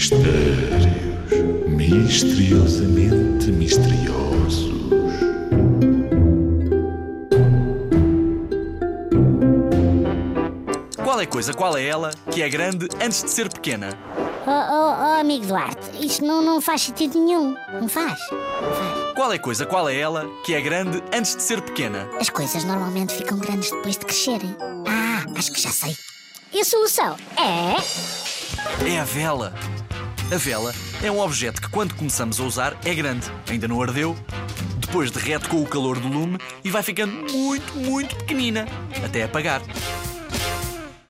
Mistérios misteriosamente misteriosos. Qual é coisa, qual é ela, que é grande antes de ser pequena? Oh, amigo Duarte, isto não faz sentido nenhum. Não faz. Qual é coisa, qual é ela, que é grande antes de ser pequena? As coisas normalmente ficam grandes depois de crescerem. Acho que já sei. E a solução é... É a vela. A vela é um objeto que, quando começamos a usar, é grande. Ainda não ardeu. Depois derrete com o calor do lume e vai ficando muito, muito pequenina, até apagar.